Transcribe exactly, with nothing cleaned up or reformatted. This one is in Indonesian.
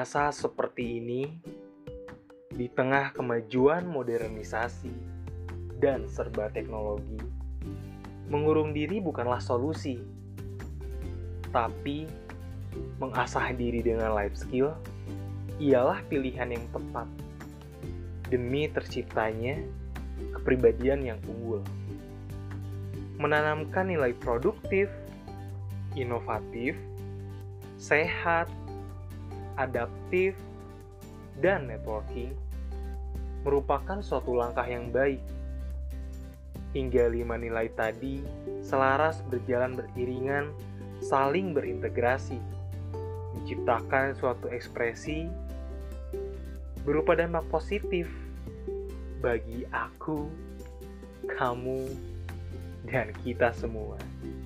masa seperti ini, di tengah kemajuan modernisasi dan serba teknologi, mengurung diri bukanlah solusi, tapi mengasah diri dengan life skill ialah pilihan yang tepat demi terciptanya kepribadian yang unggul. Menanamkan nilai produktif, inovatif, sehat, adaptif, dan networking merupakan suatu langkah yang baik. Hingga lima nilai tadi selaras berjalan beriringan, saling berintegrasi, menciptakan suatu ekspresi berupa dampak positif bagi aku, kamu, dan kita semua.